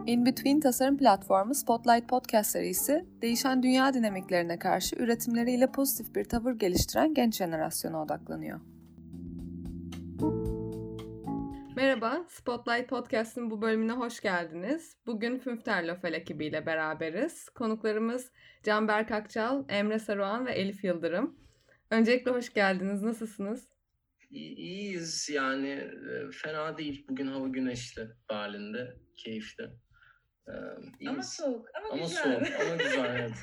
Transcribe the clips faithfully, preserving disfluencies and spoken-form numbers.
In Between tasarım platformu Spotlight Podcast serisi, değişen dünya dinamiklerine karşı üretimleriyle pozitif bir tavır geliştiren genç jenerasyona odaklanıyor. Merhaba, Spotlight Podcast'ın bu bölümüne hoş geldiniz. Bugün Fünfterlöfel ekibiyle beraberiz. Konuklarımız Canberk Akçal, Emre Saruhan ve Elif Yıldırım. Öncelikle hoş geldiniz, nasılsınız? İyiyiz yani, e, fena değil. Bugün hava güneşli, Berlin'de, keyifli. Ee, ama soğuk, ama, ama güzel. soğuk, ama güzel. Evet.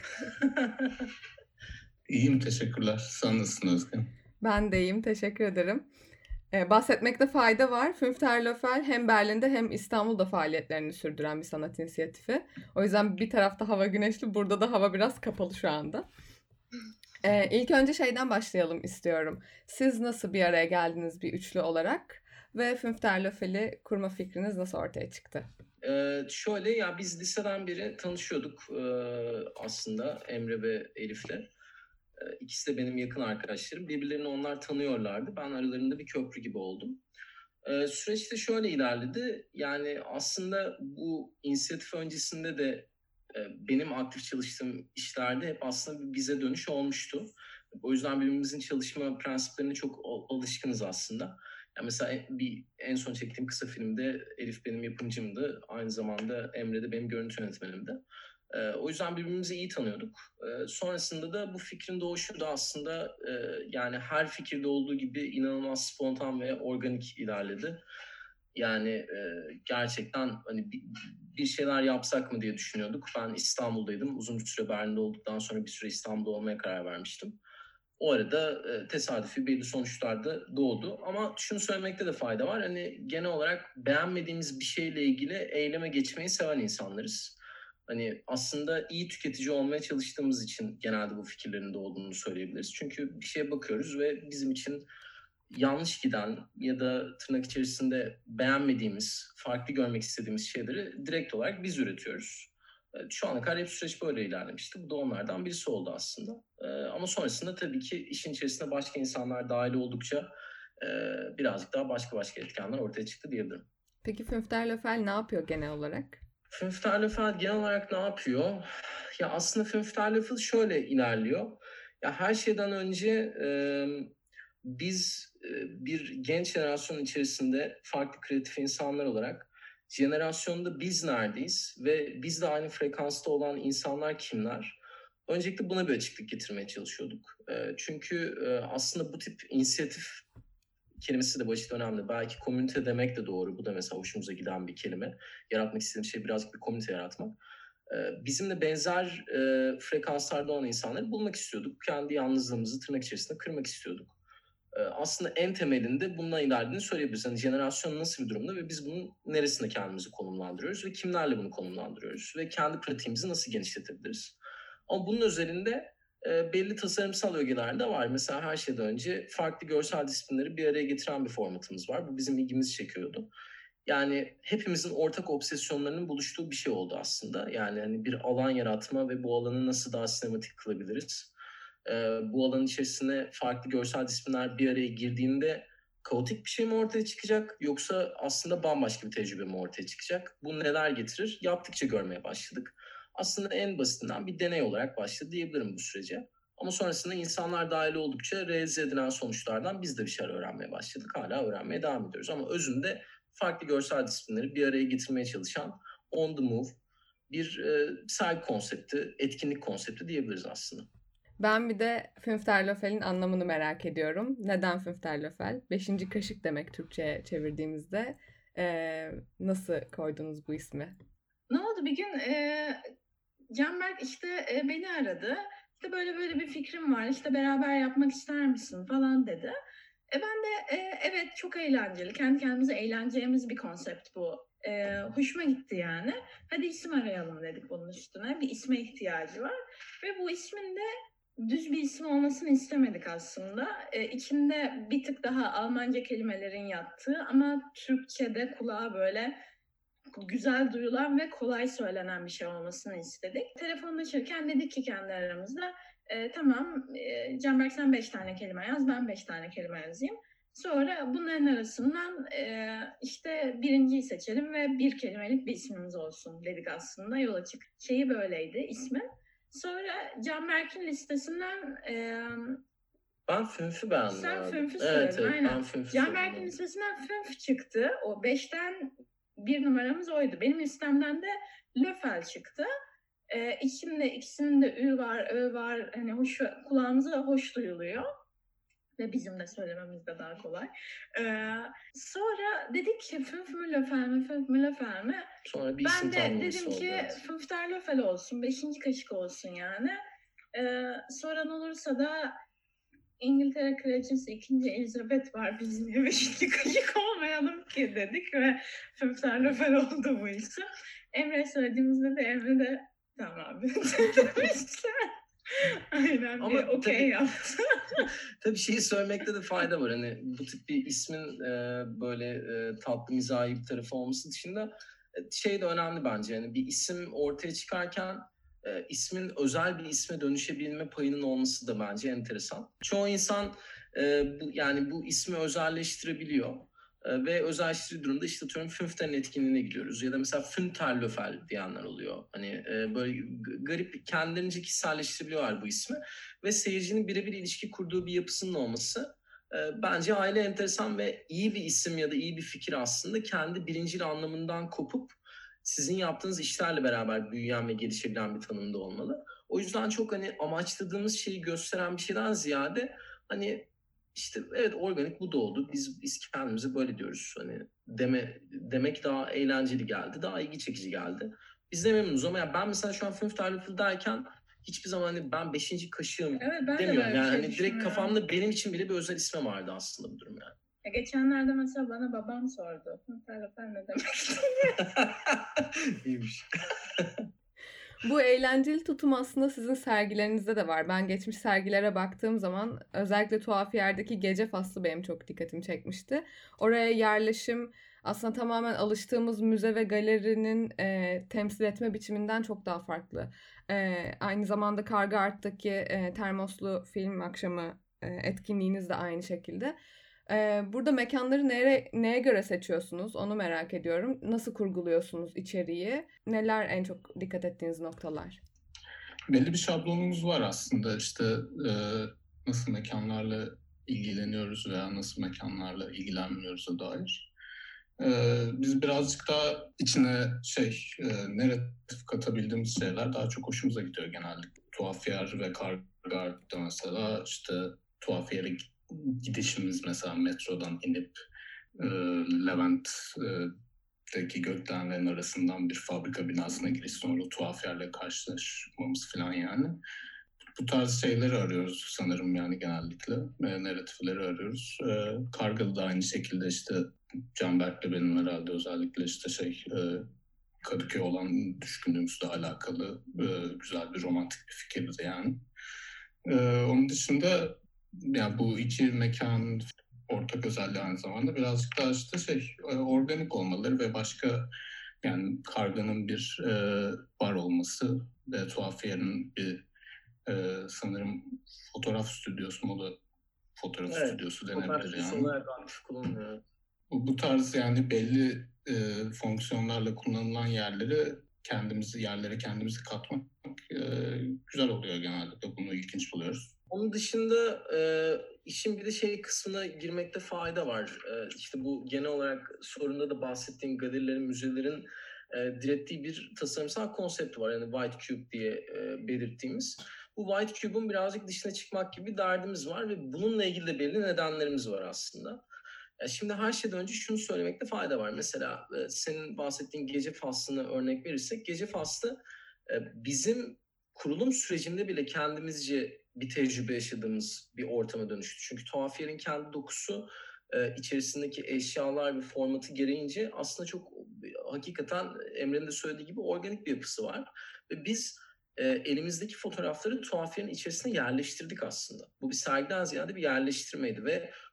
İyiyim, teşekkürler. Sen nasılsın Özge? Ben de iyiyim, teşekkür ederim. Ee, bahsetmekte fayda var. Fünfterlöfel hem Berlin'de hem İstanbul'da faaliyetlerini sürdüren bir sanat inisiyatifi. O yüzden bir tarafta hava güneşli, burada da hava biraz kapalı şu anda. Ee, ilk önce şeyden başlayalım istiyorum. Siz nasıl bir araya geldiniz bir üçlü olarak ve Fünfterlöfel'i kurma fikriniz nasıl ortaya çıktı? Ee, şöyle ya biz liseden beri tanışıyorduk ee, aslında Emre ve Elif'le. Ee, ikisi de benim yakın arkadaşlarım. Birbirlerini onlar tanıyorlardı. Ben aralarında bir köprü gibi oldum. Ee, süreçte şöyle ilerledi. Yani aslında bu inisiyatif öncesinde de e, benim aktif çalıştığım işlerde hep aslında bir bize dönüş olmuştu. O yüzden birbirimizin çalışma prensiplerine çok alışkınız aslında. Yani mesela bir en son çektiğim kısa filmde Elif benim yapımcımdı. Aynı zamanda Emre de benim görüntü yönetmenimdi. Ee, o yüzden birbirimizi iyi tanıyorduk. Ee, sonrasında da bu fikrin doğuşu da aslında e, yani her fikirde olduğu gibi inanılmaz spontan ve organik ilerledi. Yani e, gerçekten hani bir, bir şeyler yapsak mı diye düşünüyorduk. Ben İstanbul'daydım. Uzun bir süre Berlin'de olduktan sonra bir süre İstanbul'da olmaya karar vermiştim. O arada e, tesadüfi belli sonuçlar da doğdu. Ama şunu söylemekte de fayda var. Hani genel olarak beğenmediğimiz bir şeyle ilgili eyleme geçmeyi seven insanlarız. Hani aslında iyi tüketici olmaya çalıştığımız için genelde bu fikirlerin de olduğunu söyleyebiliriz. Çünkü bir şeye bakıyoruz ve bizim için yanlış giden ya da tırnak içerisinde beğenmediğimiz, farklı görmek istediğimiz şeyleri direkt olarak biz üretiyoruz. Şu ana kadar hep süreç böyle ilerlemişti. Bu da onlardan birisi oldu aslında. Ama sonrasında tabii ki işin içerisinde başka insanlar dahil oldukça birazcık daha başka başka etkenler ortaya çıktı diyebilirim. Peki Fünfterlöfel ne yapıyor genel olarak? Fünfterlöfel genel olarak ne yapıyor? Ya aslında Fünfterlöfel şöyle ilerliyor. Ya her şeyden önce e, biz e, bir genç jenerasyon içerisinde farklı kreatif insanlar olarak jenerasyonda biz neredeyiz ve bizle aynı frekansta olan insanlar kimler? Öncelikle buna bir açıklık getirmeye çalışıyorduk. E, çünkü e, aslında bu tip inisiyatif kelimesi de başta önemli. Belki komünite demek de doğru. Bu da mesela hoşumuza giden bir kelime. Yaratmak istediğim şey birazcık bir komünite yaratmak. Ee, bizimle benzer e, frekanslarda olan insanları bulmak istiyorduk. Kendi yalnızlığımızı tırnak içerisinde kırmak istiyorduk. Ee, aslında en temelinde bundan ilerlediğini söyleyebiliriz. Yani jenerasyon nasıl bir durumda ve biz bunun neresinde kendimizi konumlandırıyoruz ve kimlerle bunu konumlandırıyoruz ve kendi pratiğimizi nasıl genişletebiliriz? Ama bunun özelinde e, belli tasarımsal ögeler de var. Mesela her şeyden önce farklı görsel disiplinleri bir araya getiren bir formatımız var. Bu bizim ilgimizi çekiyordu. Yani hepimizin ortak obsesyonlarının buluştuğu bir şey oldu aslında. Yani hani bir alan yaratma ve bu alanı nasıl daha sinematik kılabiliriz? Ee, bu alanın içerisine farklı görsel disiplinler bir araya girdiğinde kaotik bir şey mi ortaya çıkacak? Yoksa aslında bambaşka bir tecrübe mi ortaya çıkacak? Bu neler getirir? Yaptıkça görmeye başladık. Aslında en basitinden bir deney olarak başladı diyebilirim bu sürece. Ama sonrasında insanlar dahil oldukça realize edilen sonuçlardan biz de bir şeyler öğrenmeye başladık. Hala öğrenmeye devam ediyoruz. Ama özünde farklı görsel disiplinleri bir araya getirmeye çalışan on the move bir e, sergi konsepti, etkinlik konsepti diyebiliriz aslında. Ben bir de Fünfterlöfel'in anlamını merak ediyorum. Neden Fünfterlöfel? Beşinci kaşık demek Türkçe'ye çevirdiğimizde. Ee, nasıl koydunuz bu ismi? Ne oldu bir gün e, Canberk işte e, beni aradı. İşte böyle böyle bir fikrim var. İşte beraber yapmak ister misin falan dedi. E ben de e, evet çok eğlenceli. Kendi kendimize eğleneceğimiz bir konsept bu. E, hoşuma gitti yani. Hadi isim arayalım dedik bunun üstüne. Bir isme ihtiyacı var. Ve bu ismin de düz bir isim olmasını istemedik aslında. E, içinde bir tık daha Almanca kelimelerin yattığı ama Türkçe'de kulağa böyle güzel duyulan ve kolay söylenen bir şey olmasını istedik. Telefonlaşırken dedik ki kendi aramızda e, tamam e, Canberk sen beş tane kelime yaz, ben beş tane kelime yazayım. Sonra bunların arasından e, işte birinciyi seçelim ve bir kelimelik bir ismimiz olsun dedik aslında. Yola çık. Şeyi böyleydi ismi. Sonra Canberk'in listesinden e, Ben Fünf'ü beğendim sen abi. Fünf'ü Evet söyledin. evet ben Aynen. Fünf'ü Canberk'in söyledim. listesinden Fünf çıktı. O beşten bir numaramız oydu. Benim listemden de Löffel çıktı. Ee, ikisinin de, ikisinin de ü var, ö var. Hani hoş, kulağımıza hoş duyuluyor. Ve bizim de söylememiz de daha kolay. Ee, sonra dedik ki Fünf mü Löffel mi, Fünf mü Löffel mi? Sonra bir Ben isim de tamlaması dedim oldu. ki Evet. Fünfter Löffel olsun, beşinci kaşık olsun yani. Ee, soran olursa da İngiltere Kraliçesi ikinci. Elizabeth var, biz niye beşinci kaşık olmayalım ki dedik ve Fünfter Löffel oldu bu isim. Emre söylediğimizde de Emre de tamam abi demişti. Aynen Ama bir okey tabii- yaptı. Tabii şeyi söylemekte de fayda var. Hani bu tip bir ismin e, böyle e, tatlı mizahi bir tarafı olması dışında e, şey de önemli bence. Yani bir isim ortaya çıkarken e, ismin özel bir isme dönüşebilme payının olması da bence enteresan. Çoğu insan e, bu, yani bu ismi özelleştirebiliyor. E, ve özelleştirdiği durumda işte atıyorum Fünften etkinliğine gidiyoruz. Ya da mesela Fünterlöfel diyenler oluyor. Hani e, böyle g- garip kendilerince kişiselleştirebiliyorlar bu ismi. Ve seyircinin birebir ilişki kurduğu bir yapısının olması e, bence aile enteresan ve iyi bir isim ya da iyi bir fikir aslında kendi birincil anlamından kopup sizin yaptığınız işlerle beraber büyüyen ve gelişebilen bir tanımda olmalı. O yüzden çok hani amaçladığımız şeyi gösteren bir şeyden ziyade hani işte evet organik bu da oldu. Biz, biz kendimize böyle diyoruz. Hani deme, demek daha eğlenceli geldi, daha ilgi çekici geldi. Biz de memnunuz ama ya ben mesela şu an Fünfterlöffel derken hiçbir zaman hani ben beşinci kaşığım Evet, ben de demiyorum. böyle bir Yani şey hani direkt düşünmüyorum. kafamda benim için bile bir özel ismi vardı aslında bu durum yani. Ya geçenlerde mesela bana babam sordu. Fünfter Löffel ne demek? İyiymiş. Bu eğlenceli tutum aslında sizin sergilerinizde de var. Ben geçmiş sergilere baktığım zaman özellikle Tuhafiyer'deki gece faslı benim çok dikkatimi çekmişti. Oraya yerleşim aslında tamamen alıştığımız müze ve galerinin e, temsil etme biçiminden çok daha farklı. E, aynı zamanda Karga Art'taki e, termoslu film akşamı e, etkinliğiniz de aynı şekilde. E, burada mekanları neye, neye göre seçiyorsunuz? Onu merak ediyorum. Nasıl kurguluyorsunuz içeriği? Neler en çok dikkat ettiğiniz noktalar? Belli bir şablonumuz var aslında. İşte e, nasıl mekanlarla ilgileniyoruz veya nasıl mekanlarla ilgilenmiyoruz'a dair. E, biz birazcık daha içine şey, e, narratif katabildiğimiz şeyler daha çok hoşumuza gidiyor genellikle. Tuhafyer ve Kargart'ta mesela işte Tuhafyer'e gidişimiz mesela metrodan inip e, Levent e, deki gökdelenlerin arasından bir fabrika binasına giriş, sonra tuhafyerle karşılaşmamız falan yani. Bu tarz şeyleri arıyoruz sanırım yani genellikle. E, narratifleri arıyoruz. E, Kargalı da aynı şekilde işte Canberk'le benim herhalde özellikle işte şey e, Kadıköy olan düşkünlüğümüzle alakalı e, güzel bir romantik bir fikirdi yani. E, onun dışında yani bu iki mekan ortak özelliği aynı zamanda birazcık daha işte şey organik olmaları ve başka yani Karga'nın bir e, var olması ve Tuhafiyer'in bir e, sanırım fotoğraf stüdyosu mu da fotoğraf Evet, stüdyosu fotoğraf denebilir stüdyosu yani. olarak aktif kullanılıyor. Bu, bu tarz yani belli e, fonksiyonlarla kullanılan yerleri kendimizi yerlere kendimizi katmak e, güzel oluyor genellikle. Bunu ilginç buluyoruz. Onun dışında e, işin bir de şey kısmına girmekte fayda var. E, işte bu genel olarak sorunda da bahsettiğim galerilerin, müzelerin e, direttiği bir tasarımsal konsept var. Yani White Cube diye e, belirttiğimiz. Bu White Cube'un birazcık dışına çıkmak gibi bir derdimiz var ve bununla ilgili de belli nedenlerimiz var aslında. Ya şimdi her şeyden önce şunu söylemekte fayda var. Mesela e, senin bahsettiğin gece faslını örnek verirsek, gece faslı e, bizim kurulum sürecinde bile kendimizce bir tecrübe yaşadığımız bir ortama dönüştü. Çünkü Tuhafiyer'in kendi dokusu e, içerisindeki eşyalar ve formatı gereğince aslında çok hakikaten Emre'nin de söylediği gibi organik bir yapısı var. Ve biz e, elimizdeki fotoğrafları Tuhafiyer'in içerisine yerleştirdik aslında. Bu bir sergiden ziyade bir yerleştirmeydi ve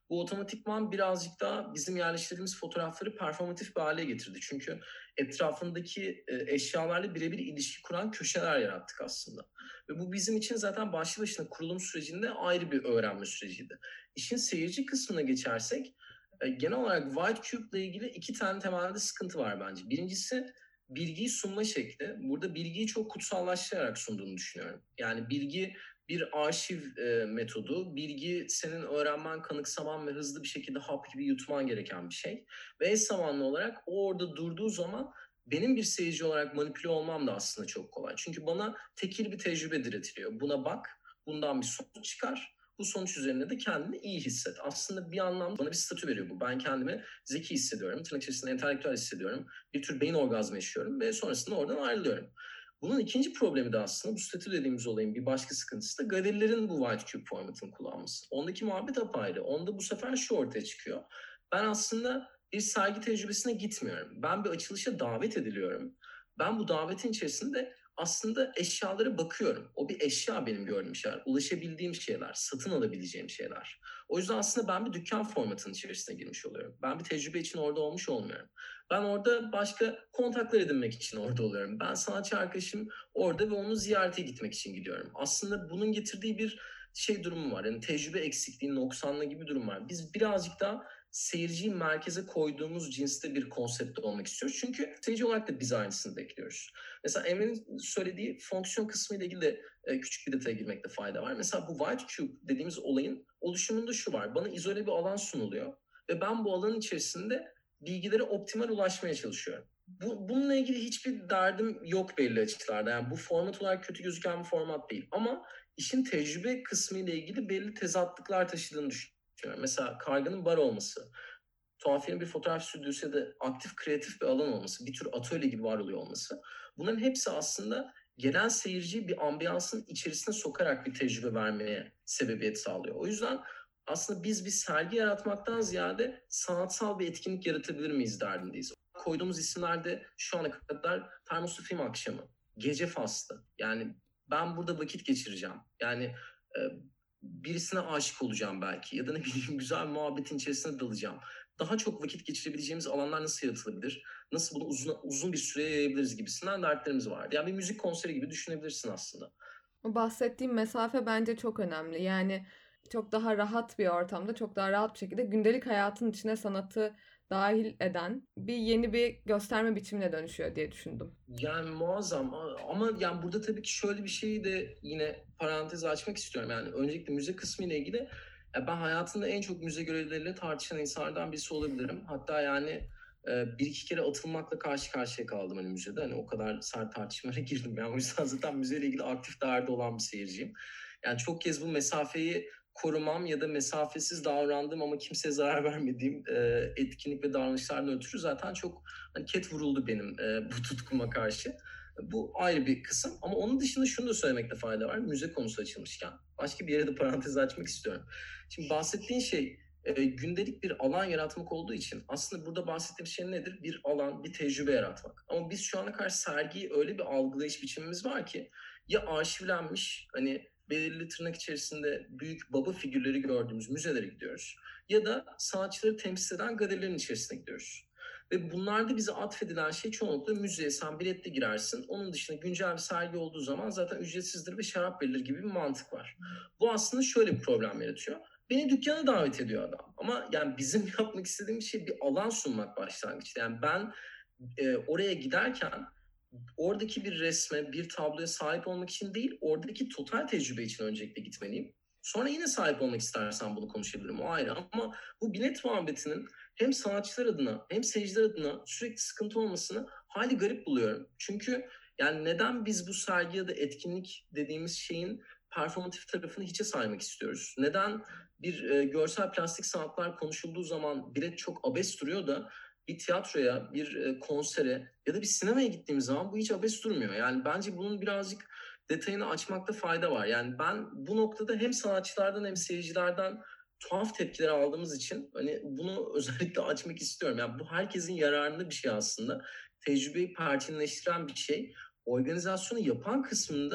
Bu otomatikman birazcık daha bizim yerleştirdiğimiz fotoğrafları performatif bir hale getirdi. Çünkü etrafındaki e, eşyalarla birebir ilişki kuran köşeler yarattık aslında. Ve bu bizim için zaten başlı başına kurulum sürecinde ayrı bir öğrenme süreciydi. İşin seyirci kısmına geçersek, e, genel olarak White Cube ile ilgili iki tane temelde sıkıntı var bence. Birincisi, bilgiyi sunma şekli. Burada bilgiyi çok kutsallaştırarak sunduğunu düşünüyorum. Yani bilgi bir arşiv e, metodu. Bilgi senin öğrenmen, kanıksaman ve hızlı bir şekilde hap gibi yutman gereken bir şey. Ve eş zamanlı olarak o orada durduğu zaman benim bir seyirci olarak manipüle olmam da aslında çok kolay. Çünkü bana tekil bir tecrübe diretiliyor. Buna bak, bundan bir sonuç çıkar. Bu sonuç üzerine de kendini iyi hisset. Aslında bir anlamda bana bir statü veriyor bu. Ben kendimi zeki hissediyorum, tırnak içerisinde entelektüel hissediyorum. Bir tür beyin orgazmı yaşıyorum ve sonrasında oradan ayrılıyorum. Bunun ikinci problemi de aslında bu statü dediğimiz olayın bir başka sıkıntısı da galerilerin bu White Cube formatını kullanması. Ondaki muhabbet apayrı. Onda bu sefer şu ortaya çıkıyor. Ben aslında bir sergi tecrübesine gitmiyorum. Ben bir açılışa davet ediliyorum. Ben bu davetin içerisinde aslında eşyalara bakıyorum. O bir eşya benim gördüğüm şeyler, ulaşabildiğim şeyler, satın alabileceğim şeyler. O yüzden aslında ben bir dükkan formatının içerisine girmiş oluyorum. Ben bir tecrübe için orada olmuş olmuyorum. Ben orada başka kontaklar edinmek için orada oluyorum. Ben sanatçı arkadaşım orada ve onu ziyarete gitmek için gidiyorum. Aslında bunun getirdiği bir şey durumu var. Yani tecrübe eksikliği, noksanlığı gibi bir durum var. Biz birazcık daha seyirciyi merkeze koyduğumuz cinste bir konsepte olmak istiyoruz. Çünkü seyirci olarak da biz aynısını bekliyoruz. Mesela Emre'nin söylediği fonksiyon kısmı ile ilgili de e, küçük bir detaya girmekte fayda var. Mesela bu White Cube dediğimiz olayın oluşumunda şu var. Bana izole bir alan sunuluyor ve ben bu alanın içerisinde bilgilere optimal ulaşmaya çalışıyorum. Bu, bununla ilgili hiçbir derdim yok belli açılarda. Yani bu format olarak kötü gözüken bir format değil. Ama işin tecrübe kısmı ile ilgili belli tezatlıklar taşıdığını düşünüyorum. Mesela Kargı'nın bar olması, Tuhafiyer'in bir fotoğraf stüdyosu ya da aktif kreatif bir alan olması, bir tür atölye gibi var oluyor olması. Bunların hepsi aslında gelen seyirciyi bir ambiyansın içerisine sokarak bir tecrübe vermeye sebebiyet sağlıyor. O yüzden aslında biz bir sergi yaratmaktan ziyade sanatsal bir etkinlik yaratabilir miyiz derdindeyiz. Koyduğumuz isimler de şu ana kadar Termoslu Film Akşamı, Gece Faslı. Yani ben burada vakit geçireceğim. Yani e, birisine aşık olacağım belki ya da ne bileyim güzel bir muhabbetin içerisine dalacağım. Daha çok vakit geçirebileceğimiz alanlar nasıl yaratılabilir? Nasıl bunu uzun, uzun bir süreye yayabiliriz gibisinden dertlerimiz vardı. Yani bir müzik konseri gibi düşünebilirsin aslında. O bahsettiğim mesafe bence çok önemli. Yani çok daha rahat bir ortamda, çok daha rahat bir şekilde gündelik hayatın içine sanatı dahil eden bir yeni bir gösterme biçimine dönüşüyor diye düşündüm. Yani muazzam ama yani burada tabii ki şöyle bir şeyi de yine parantez açmak istiyorum. Yani öncelikle müze kısmı ile ilgili ya ben hayatımda en çok müze görevlileriyle tartışan insanlardan birisi olabilirim. Hatta yani e, bir iki kere atılmakla karşı karşıya kaldım hani müzede. Hani o kadar sert tartışmalara girdim. Yani o yüzden zaten müzeyle ilgili aktif derdi olan bir seyirciyim. Yani çok kez bu mesafeyi korumam ya da mesafesiz davrandığım ama kimseye zarar vermediğim e, etkinlik ve davranışlardan ötürü zaten çok hani ket vuruldu benim e, bu tutkuma karşı. Bu ayrı bir kısım ama onun dışında şunu da söylemekte fayda var. Müze konusu açılmışken başka bir yere de parantez açmak istiyorum. Şimdi bahsettiğin şey e, gündelik bir alan yaratmak olduğu için aslında burada bahsettiğim şey nedir? Bir alan, bir tecrübe yaratmak. Ama biz şu ana kadar sergiyi öyle bir algılayış biçimimiz var ki ya arşivlenmiş hani belirli tırnak içerisinde büyük baba figürleri gördüğümüz müzelere gidiyoruz ya da sanatçıları temsil eden galerilerin içerisine gidiyoruz. Ve bunlarda bize atfedilen şey çoğunlukla müzeye sen biletle girersin. Onun dışında güncel bir sergi olduğu zaman zaten ücretsizdir ve şarap verilir gibi bir mantık var. Bu aslında şöyle bir problem yaratıyor. Beni dükkana davet ediyor adam. Ama yani bizim yapmak istediğimiz şey bir alan sunmak başlangıçta. Yani ben e, oraya giderken oradaki bir resme, bir tabloya sahip olmak için değil, oradaki total tecrübe için öncelikle gitmeliyim. Sonra yine sahip olmak istersen bunu konuşabilirim, o ayrı. Ama bu bilet muhabbetinin hem sanatçılar adına hem seyirciler adına sürekli sıkıntı olmasını hali garip buluyorum. Çünkü yani neden biz bu sergi ya da etkinlik dediğimiz şeyin performatif tarafını hiçe saymak istiyoruz? Neden bir e, görsel plastik sanatlar konuşulduğu zaman bilet çok abes duruyor da bir tiyatroya, bir e, konsere ya da bir sinemaya gittiğimiz zaman bu hiç abes durmuyor. Yani bence bunun birazcık detayını açmakta fayda var. Yani ben bu noktada hem sanatçılardan hem seyircilerden tuhaf tepkiler aldığımız için hani bunu özellikle açmak istiyorum. Yani bu herkesin yararına bir şey aslında. Tecrübeyi perçinleştiren bir şey. Organizasyonu yapan kısmında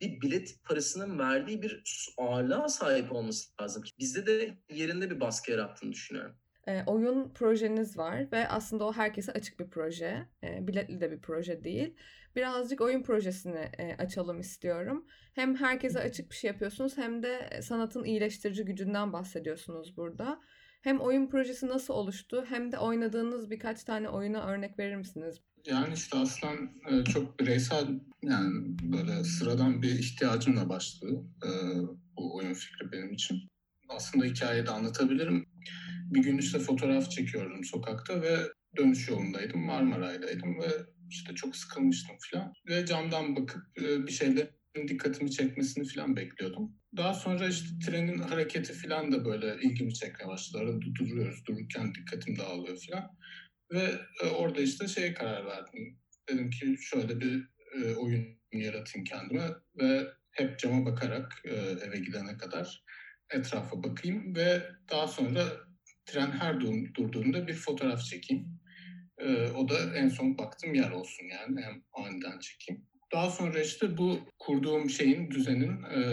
bir bilet parasının verdiği bir ağırlığa sahip olması lazım. Bizde de yerinde bir baskı yarattığını düşünüyorum. E, oyun projeniz var ve aslında o herkese açık bir proje. E, biletli de bir proje değil. Birazcık oyun projesini e, açalım istiyorum. Hem herkese açık bir şey yapıyorsunuz hem de sanatın iyileştirici gücünden bahsediyorsunuz burada. Hem oyun projesi nasıl oluştu hem de oynadığınız birkaç tane oyuna örnek verir misiniz? Yani işte aslında çok bireysel, yani böyle sıradan bir ihtiyacımla başladı e, bu oyun fikri benim için. Aslında hikayeyi de anlatabilirim. Bir gün işte fotoğraf çekiyordum sokakta ve dönüş yolundaydım, Marmaray'daydım ve işte çok sıkılmıştım falan. Ve camdan bakıp e, bir şeylerin dikkatimi çekmesini falan bekliyordum. Daha sonra işte trenin hareketi falan da böyle ilgimi çekmeye başladı. Arada duruyoruz, dururken dikkatim dağılıyor falan. Ve e, orada işte şeye karar verdim. Dedim ki şöyle bir e, oyun yaratayım kendime ve hep cama bakarak e, eve gidene kadar etrafa bakayım ve daha sonra tren her dur- durduğunda bir fotoğraf çekeyim. E, o da en son baktığım yer olsun, yani hem aniden çekeyim. Daha sonra işte bu kurduğum şeyin, düzenin e,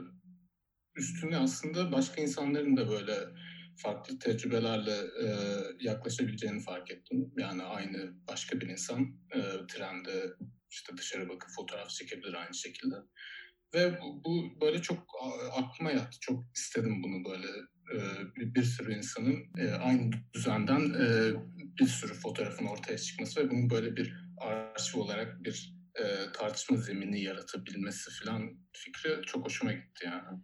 üstüne aslında başka insanların da böyle farklı tecrübelerle e, yaklaşabileceğini fark ettim. Yani aynı başka bir insan e, trende işte dışarı bakıp fotoğraf çekebilir aynı şekilde. Ve bu, bu böyle çok a- aklıma yattı. Çok istedim bunu böyle e, bir, bir sürü insanın e, aynı düzenden e, bir sürü fotoğrafın ortaya çıkması ve bunun böyle bir arşiv olarak bir e, tartışma zemini yaratabilmesi falan fikri çok hoşuma gitti yani.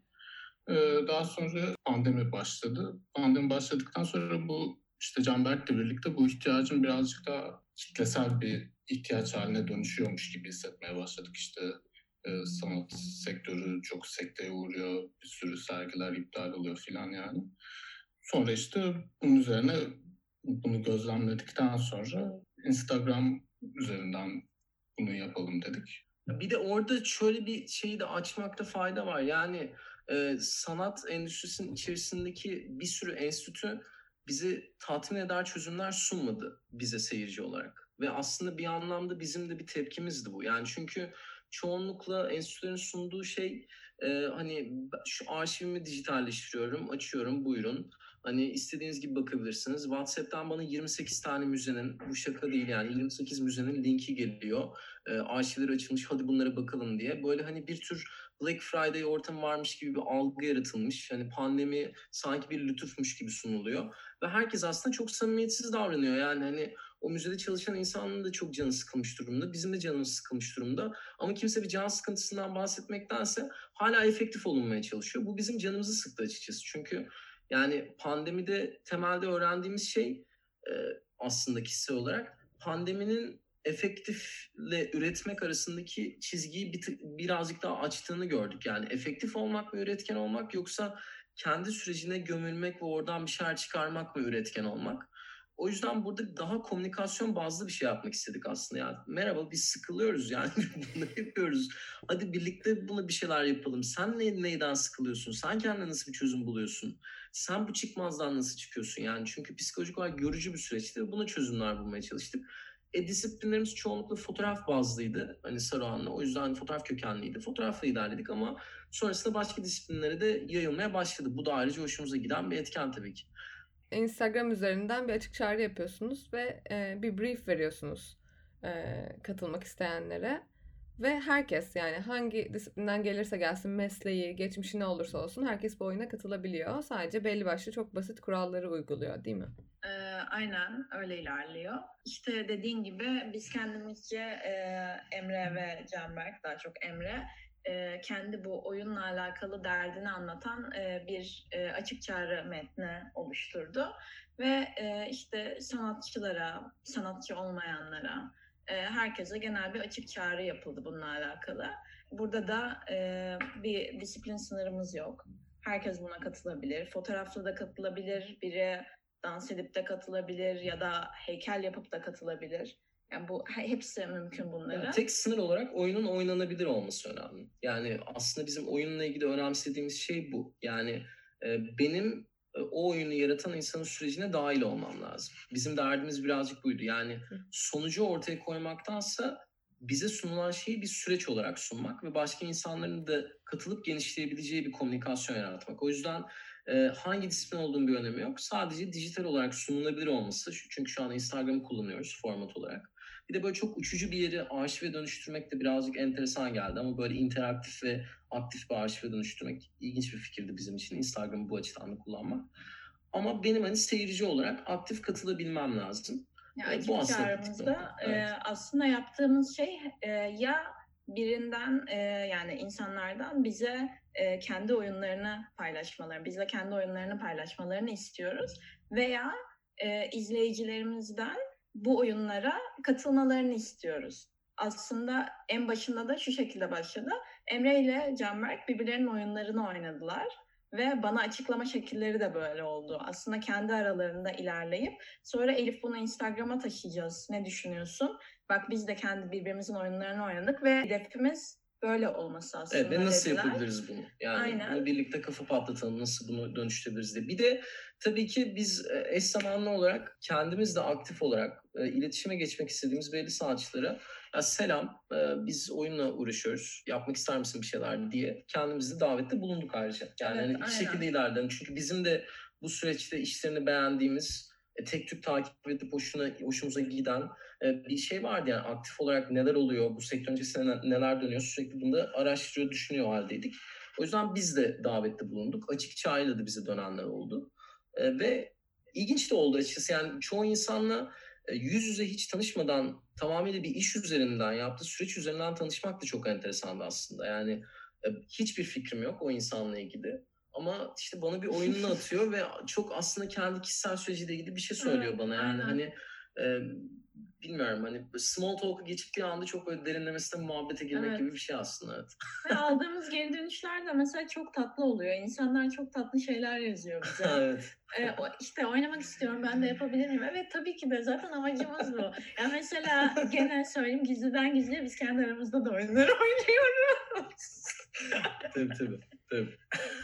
Ee, daha sonra pandemi başladı. Pandemi başladıktan sonra bu işte Canberk'le birlikte bu ihtiyacın birazcık daha kitlesel bir ihtiyaç haline dönüşüyormuş gibi hissetmeye başladık. İşte e, sanat sektörü çok sekteye uğruyor, bir sürü sergiler iptal oluyor filan yani. Sonra işte bunun üzerine bunu gözlemledikten sonra Instagram üzerinden bunu yapalım dedik. Bir de orada şöyle bir şeyi de açmakta fayda var. Yani e, sanat endüstrisinin içerisindeki bir sürü enstitü bizi tatmin eder çözümler sunmadı bize seyirci olarak. Ve aslında bir anlamda bizim de bir tepkimizdi bu. Yani çünkü çoğunlukla enstitülerin sunduğu şey e, hani şu arşivimi dijitalleştiriyorum, açıyorum, buyurun. Hani istediğiniz gibi bakabilirsiniz. WhatsApp'tan bana yirmi sekiz tane müzenin, bu şaka değil yani, yirmi sekiz müzenin linki geliyor. E, arşivleri açılmış, hadi bunlara bakalım diye. Böyle hani bir tür Black Friday ortamı varmış gibi bir algı yaratılmış. Hani pandemi sanki bir lütufmuş gibi sunuluyor. Ve herkes aslında çok samimiyetsiz davranıyor. Yani hani o müzede çalışan insanın da çok canı sıkılmış durumda. Bizim de canımız sıkılmış durumda. Ama kimse bir can sıkıntısından bahsetmektense hala efektif olunmaya çalışıyor. Bu bizim canımızı sıktı açıkçası. Çünkü yani pandemide temelde öğrendiğimiz şey e, aslında kişisel olarak pandeminin efektifle üretmek arasındaki çizgiyi bir tık, birazcık daha açtığını gördük. Yani efektif olmak mı üretken olmak, yoksa kendi sürecine gömülmek ve oradan bir şeyler çıkarmak mı üretken olmak? O yüzden burada daha komünikasyon bazlı bir şey yapmak istedik aslında. Yani merhaba, biz sıkılıyoruz yani bunu yapıyoruz. Hadi birlikte buna bir şeyler yapalım. Sen ne, neyden sıkılıyorsun? Sen kendine nasıl bir çözüm buluyorsun? Sen bu çıkmazdan nasıl çıkıyorsun yani? Çünkü psikolojik olarak yorucu bir süreçti ve buna çözümler bulmaya çalıştık. E, disiplinlerimiz çoğunlukla fotoğraf bazlıydı. Hani Saruhan'la. O yüzden fotoğraf kökenliydi. Fotoğrafla ilerledik ama sonrasında başka disiplinlere de yayılmaya başladı. Bu da ayrıca hoşumuza giden bir etken tabii ki. Instagram üzerinden bir açık çağrı yapıyorsunuz ve e, bir brief veriyorsunuz e, katılmak isteyenlere. Ve herkes, yani hangi disiplinden gelirse gelsin, mesleği, geçmişi ne olursa olsun herkes bu oyuna katılabiliyor. Sadece belli başlı çok basit kuralları uyguluyor, değil mi? Ee, aynen öyle ilerliyor. İşte dediğin gibi biz kendimizce e, Emre ve Canberk, daha çok Emre, e, kendi bu oyunla alakalı derdini anlatan e, bir e, açık çağrı metni oluşturdu. Ve e, işte sanatçılara, sanatçı olmayanlara, e, herkese genel bir açık çağrı yapıldı bununla alakalı. Burada da e, bir disiplin sınırımız yok. Herkes buna katılabilir. Fotoğrafla da katılabilir. Biri dans edip de katılabilir ya da heykel yapıp da katılabilir. Yani bu hepsi mümkün bunların. Ya, tek sınır olarak oyunun oynanabilir olması önemli. Yani aslında bizim oyunla ilgili önemsediğimiz şey bu. Yani e, benim e, o oyunu yaratan insanın sürecine dahil olmam lazım. Bizim derdimiz birazcık buydu. Yani sonucu ortaya koymaktansa bize sunulan şeyi bir süreç olarak sunmak ve başka insanların da katılıp genişleyebileceği bir komünikasyon yaratmak. O yüzden e, hangi disiplin olduğunun bir önemi yok. Sadece dijital olarak sunulabilir olması. Çünkü şu an Instagram'ı kullanıyoruz format olarak. Bir de böyle çok uçucu bir yeri arşive dönüştürmek de birazcık enteresan geldi. Ama böyle interaktif ve aktif bir arşive dönüştürmek ilginç bir fikirdi bizim için. Instagram'ı bu açıdan da kullanmak. Ama benim hani seyirci olarak aktif katılabilmem lazım. Ya E, bu açık aslında kritik çağrımızda nokta. e, Evet. aslında yaptığımız şey e, ya birinden e, yani insanlardan bize e, kendi oyunlarını paylaşmalarını, bizle kendi oyunlarını paylaşmalarını istiyoruz veya e, izleyicilerimizden bu oyunlara katılmalarını istiyoruz. Aslında en başında da şu şekilde başladı. Emre ile Canberk birbirlerinin oyunlarını oynadılar ve bana açıklama şekilleri de böyle oldu. Aslında kendi aralarında ilerleyip sonra Elif bunu Instagram'a taşıyacağız. Ne düşünüyorsun? Bak biz de kendi birbirimizin oyunlarını oynadık ve hedefimiz böyle olması aslında. Evet, ve nasıl dediler. yapabiliriz bunu? Yani Aynen. bunu birlikte kafa patlatalım, nasıl bunu dönüştürebiliriz diye. Bir de tabii ki biz e, eş zamanlı olarak kendimiz de aktif olarak e, iletişime geçmek istediğimiz belli sanatçılara ya selam, e, biz oyunla uğraşıyoruz, yapmak ister misin bir şeyler diye kendimizi davette bulunduk ayrıca. Yani Evet, hani bir aynen. şekilde ilerledim. Çünkü bizim de bu süreçte işlerini beğendiğimiz, e, tek tük takip edip hoşuna, hoşumuza giden e, bir şey vardı. Yani aktif olarak neler oluyor, bu sektör öncesinde ne- neler dönüyor, sürekli bunu da araştırıyor, düşünüyor haldeydik. O yüzden biz de davette bulunduk. Açık çağrıyla da bize dönenler oldu. E, ve ilginç de oldu açıkçası. Yani çoğu insanla e, yüz yüze hiç tanışmadan tamamıyla bir iş üzerinden, yaptığı süreç üzerinden tanışmak da çok enteresandı aslında. Yani e, hiçbir fikrim yok o insanla ilgili. Ama işte bana bir oyununu atıyor ve çok aslında kendi kişisel süreciyle ilgili bir şey söylüyor Evet, bana. Yani aynen. hani e, bilmiyorum, hani small talk'u geçip bir anda çok böyle derinlemesine muhabbete girmek Evet. gibi bir şey aslında. Evet. Ve aldığımız geri dönüşler de mesela çok tatlı oluyor. İnsanlar çok tatlı şeyler yazıyor bize. Evet. Ee, o, işte oynamak istiyorum, ben de yapabilir miyim? Evet tabii ki de, zaten amacımız bu. Ya mesela gene söyleyeyim, gizliden gizliye biz kendi aramızda da oyunları oynuyoruz. Tabii tabii. tabii.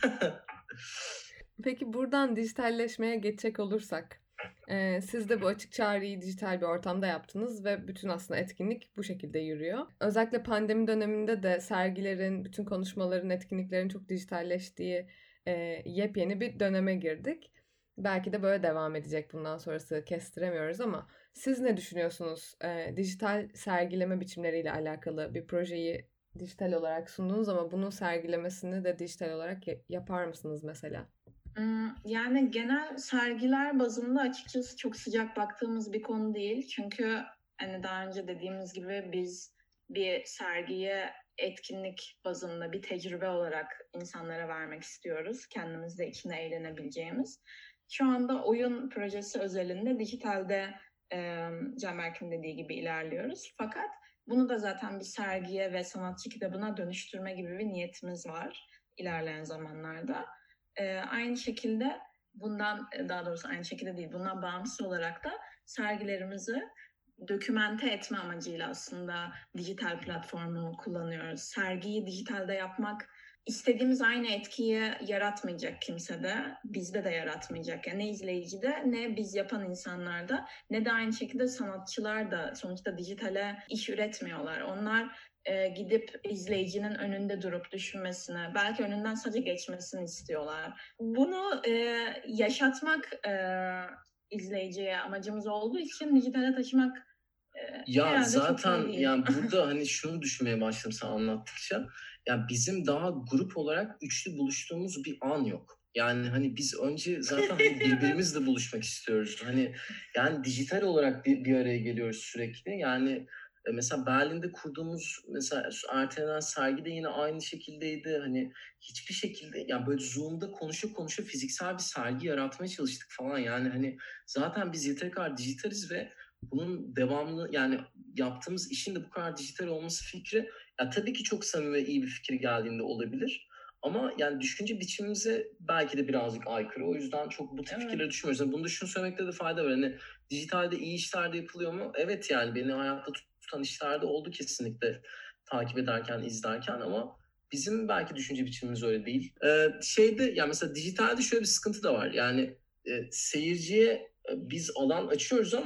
Peki buradan dijitalleşmeye geçecek olursak, e, siz de bu açık çağrıyı dijital bir ortamda yaptınız ve bütün aslında etkinlik bu şekilde yürüyor. Özellikle pandemi döneminde de sergilerin, bütün konuşmaların, etkinliklerin çok dijitalleştiği e, yepyeni bir döneme girdik. Belki de böyle devam edecek, bundan sonrası kestiremiyoruz ama siz ne düşünüyorsunuz? E, dijital sergileme biçimleriyle alakalı bir projeyi dijital olarak sundunuz ama bunun sergilemesini de dijital olarak ya- yapar mısınız mesela? Hmm, Yani genel sergiler bazında açıkçası çok sıcak baktığımız bir konu değil. Çünkü hani daha önce dediğimiz gibi biz bir sergiye etkinlik bazında bir tecrübe olarak insanlara vermek istiyoruz. Kendimiz de içinde eğlenebileceğimiz. Şu anda oyun projesi özelinde dijitalde e, Canberk'in dediği gibi ilerliyoruz. Fakat bunu da zaten bir sergiye ve sanatçı kitabına dönüştürme gibi bir niyetimiz var ilerleyen zamanlarda. Ee, aynı şekilde bundan, daha doğrusu aynı şekilde değil, bundan bağımsız olarak da sergilerimizi dokümente etme amacıyla aslında dijital platformu kullanıyoruz. Sergiyi dijitalde yapmak istediğimiz aynı etkiyi yaratmayacak kimsede, bizde de yaratmayacak. Yani ne izleyicide, ne biz yapan insanlarda, ne de aynı şekilde sanatçılar da sonuçta dijitale iş üretmiyorlar. Onlar e, gidip izleyicinin önünde durup düşünmesini, belki önünden sadece geçmesini istiyorlar. Bunu e, yaşatmak e, izleyiciye amacımız olduğu için dijitale taşımak e, Ya herhalde çok iyi zaten değil. yani burada hani şunu düşünmeye başladım sen anlattıkça. Ya bizim daha grup olarak üçlü buluştuğumuz bir an yok. Yani hani biz önce zaten hani birbirimizle buluşmak istiyoruz. Hani yani dijital olarak bir, bir araya geliyoruz sürekli. Yani e, mesela Berlin'de kurduğumuz mesela şu ertelenen sergi de yine aynı şekildeydi. Hani hiçbir şekilde yani böyle Zoom'da konuşa konuşa fiziksel bir sergi yaratmaya çalıştık falan. Yani hani zaten biz yeteri kadar dijitaliz ve bunun devamlı, yani yaptığımız işin de bu kadar dijital olması fikri ya tabii ki çok samimi ve iyi bir fikir geldiğinde olabilir. Ama yani düşünce biçimimize belki de birazcık aykırı. O yüzden çok bu tip Evet. fikirleri düşünmüyoruz. Yani bunu da şunu söylemekte de fayda var. Hani dijitalde iyi işler de yapılıyor mu? Evet, yani beni hayatta tutan işler de oldu kesinlikle takip ederken, izlerken, ama bizim belki düşünce biçimimiz öyle değil. Ee, şeyde yani mesela dijitalde şöyle bir sıkıntı da var. Yani e, seyirciye e, biz alan açıyoruz ama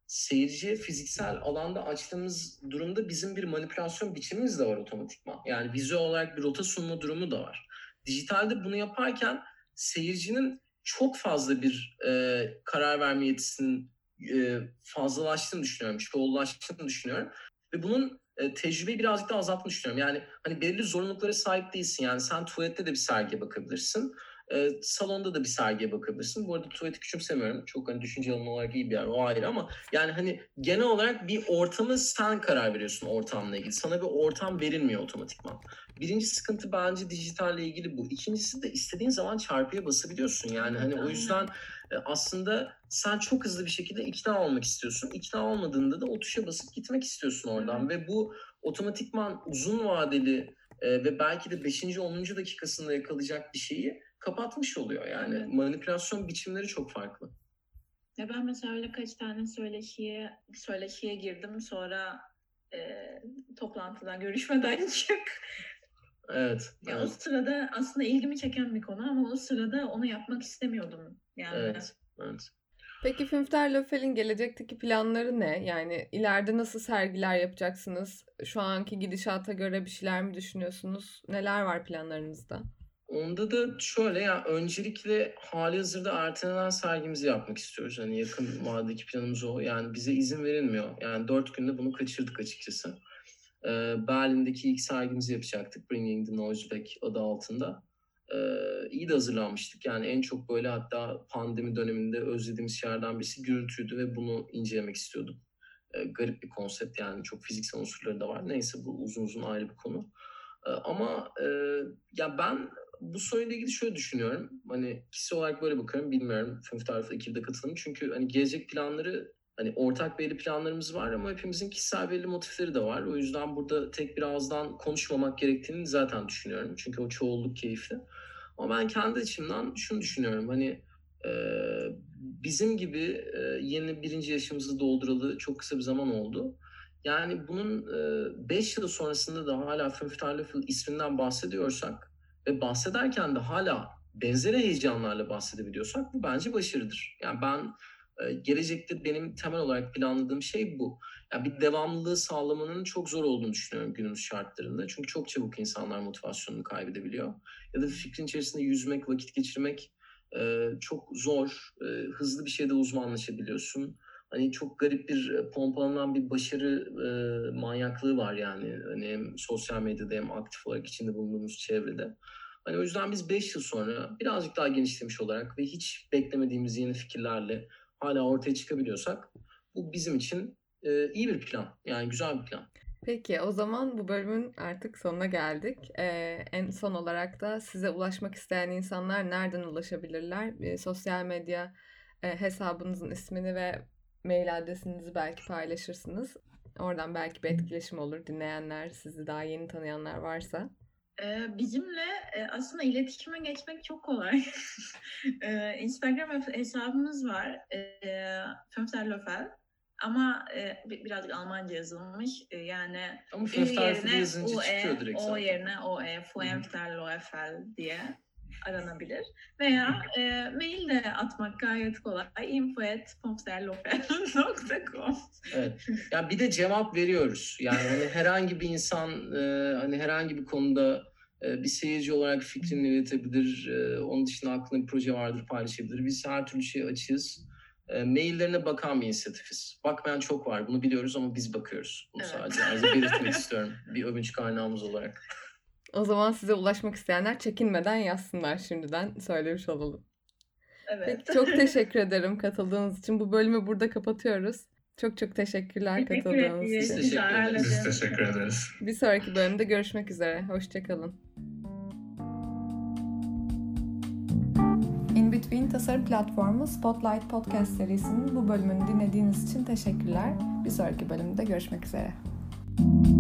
seyirciye fiziksel alanda açtığımız durumda bizim bir manipülasyon biçimimiz de var otomatikman. Yani vizüel olarak bir rota sunma durumu da var. Dijitalde bunu yaparken seyircinin çok fazla bir e, karar verme yetisinin e, fazlalaştığını düşünüyorum, çoğullaştığını düşünüyorum. Ve bunun e, tecrübeyi birazcık da azalttığını düşünüyorum. Yani hani belirli zorunluluklara sahip değilsin. Yani sen tuvalette de bir sergiye bakabilirsin. E, salonda da bir sergiye bakabilirsin. Bu arada tuvaleti küçümsemiyorum. Çok hani düşünce alanı olarak iyi bir yer, o ayrı, ama yani hani genel olarak bir ortamı sen karar veriyorsun ortamla ilgili. Sana bir ortam verilmiyor otomatikman. Birinci sıkıntı bence dijitalle ilgili bu. İkincisi de istediğin zaman çarpıya basabiliyorsun. Yani hani o yüzden e, aslında sen çok hızlı bir şekilde ikna olmak istiyorsun. İkna olmadığında da o tuşa basıp gitmek istiyorsun oradan. Evet. Ve bu otomatikman uzun vadeli e, ve belki de beşinci onuncu dakikasında yakalayacak bir şeyi kapatmış oluyor. Yani evet. Manipülasyon biçimleri çok farklı. Ya ben mesela öyle kaç tane söyleşiye söyleşiye girdim, sonra e, toplantıdan, görüşmeden çık. Evet. Ya evet. O sırada aslında ilgimi çeken bir konu ama o sırada onu yapmak istemiyordum. Yani. Evet. Evet. Peki Fünfter Löffel'in gelecekteki planları ne? Yani ileride nasıl sergiler yapacaksınız? Şu anki gidişata göre bir şeyler mi düşünüyorsunuz? Neler var planlarınızda? Onda da şöyle, ya yani öncelikle hali hazırda ertelenen sergimizi yapmak istiyoruz. Hani yakın vadedeki planımız o. Yani bize izin verilmiyor. Yani dört günde bunu kaçırdık açıkçası. Ee, Berlin'deki ilk sergimizi yapacaktık. Bringing the Noise Back adı altında. Ee, iyi de hazırlanmıştık. Yani en çok böyle hatta pandemi döneminde özlediğimiz şeylerden birisi gürültüydü ve bunu incelemek istiyorduk. Ee, garip bir konsept, yani çok fiziksel unsurları da var. Neyse, bu uzun uzun ayrı bir konu. Ee, ama e, ya ben bu soruyla ilgili şöyle düşünüyorum. Hani kişisel olarak böyle bakıyorum. Bilmiyorum Fünfter Löffel ekibi de katılım. Çünkü hani gelecek planları, hani ortak belli planlarımız var ama hepimizin kişisel belli motifleri de var. O yüzden burada tek bir ağızdan konuşmamak gerektiğini zaten düşünüyorum. Çünkü o çoğulluk keyifli. Ama ben kendi içimden şunu düşünüyorum. Hani e, bizim gibi e, yeni birinci yaşımızı dolduralı çok kısa bir zaman oldu. Yani bunun beş yıl sonrasında da hala Fünfter Löffel isminden bahsediyorsak ve bahsederken de hala benzeri heyecanlarla bahsedebiliyorsak bu bence başarıdır. Yani ben e, gelecekte benim temel olarak planladığım şey bu. Yani bir devamlılığı sağlamanın çok zor olduğunu düşünüyorum günümüz şartlarında. Çünkü çok çabuk insanlar motivasyonunu kaybedebiliyor. Ya da fikrin içerisinde yüzmek, vakit geçirmek e, çok zor. E, hızlı bir şeyde uzmanlaşabiliyorsun. Hani çok garip bir pompalanan bir başarı e, manyaklığı var yani. Hani hem sosyal medyada hem aktif olarak içinde bulunduğumuz çevrede. Hani o yüzden biz beş yıl sonra birazcık daha genişlemiş olarak ve hiç beklemediğimiz yeni fikirlerle hala ortaya çıkabiliyorsak bu bizim için e, iyi bir plan. Yani güzel bir plan. Peki o zaman bu bölümün artık sonuna geldik. Ee, en son olarak da size ulaşmak isteyen insanlar nereden ulaşabilirler? Ee, sosyal medya e, hesabınızın ismini ve mail adresinizi belki paylaşırsınız. Oradan belki bir etkileşim olur. Dinleyenler, sizi daha yeni tanıyanlar varsa. Ee, bizimle e, aslında iletişime geçmek çok kolay. ee, Instagram hesabımız var. Ee, Fünfter Löffel. Ama e, birazcık Almanca yazılmış. E, yani ama Fünfter Löffel yazınca çıkıyor direkt zaten. O yerine O E, Fünfter Löffel diye aranabilir. Veya e, mail de atmak gayet kolay. info at fünfterlöffel nokta com. Evet. Yani bir de cevap veriyoruz. Yani hani herhangi bir insan e, hani herhangi bir konuda e, bir seyirci olarak fikrini iletebilir. E, onun dışında aklında bir proje vardır, paylaşabilir. Biz her türlü şeye açığız. E, maillerine bakan bir inisiyatifiz. Bakmayan çok var. Bunu biliyoruz ama biz bakıyoruz. Bunu evet. Sadece ayrıca belirtmek istiyorum. Bir övünç kaynağımız olarak. O zaman size ulaşmak isteyenler çekinmeden yazsınlar, şimdiden söylemiş olalım. Evet. Peki, çok teşekkür ederim katıldığınız için. Bu bölümü burada kapatıyoruz. Çok çok teşekkürler teşekkür katıldığınız ederiz. için. Biz teşekkür ederiz. Biz teşekkür ederiz. Bir sonraki bölümde görüşmek üzere. Hoşçakalın. In Between Tasarım Platformu Spotlight Podcast serisinin bu bölümünü dinlediğiniz için teşekkürler. Bir sonraki bölümde görüşmek üzere.